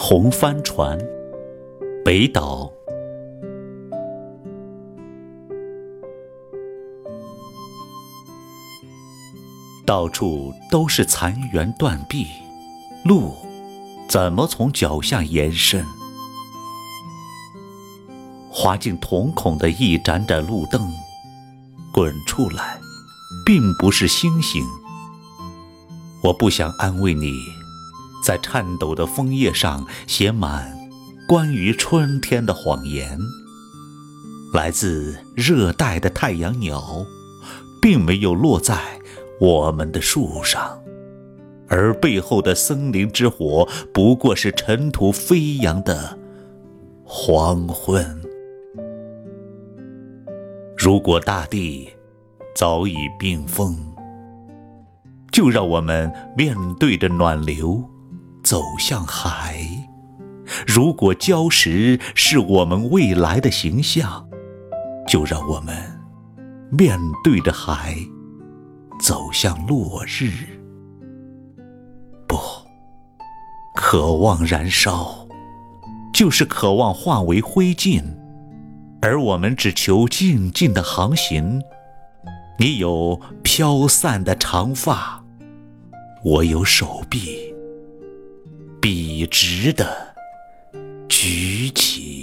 红帆船，北岛。到处都是残垣断壁，路怎么从脚下延伸？滑进瞳孔的一盏盏路灯，滚出来并不是星星。我不想安慰你，在颤抖的枫叶上写满关于春天的谎言。来自热带的太阳鸟并没有落在我们的树上，而背后的森林之火不过是尘土飞扬的黄昏。如果大地早已冰封，就让我们面对着暖流走向海。如果礁石是我们未来的形象，就让我们面对着海走向落日。不，渴望燃烧，就是渴望化为灰烬，而我们只求静静的航行。你有飘散的长发，我有手臂笔直的举起。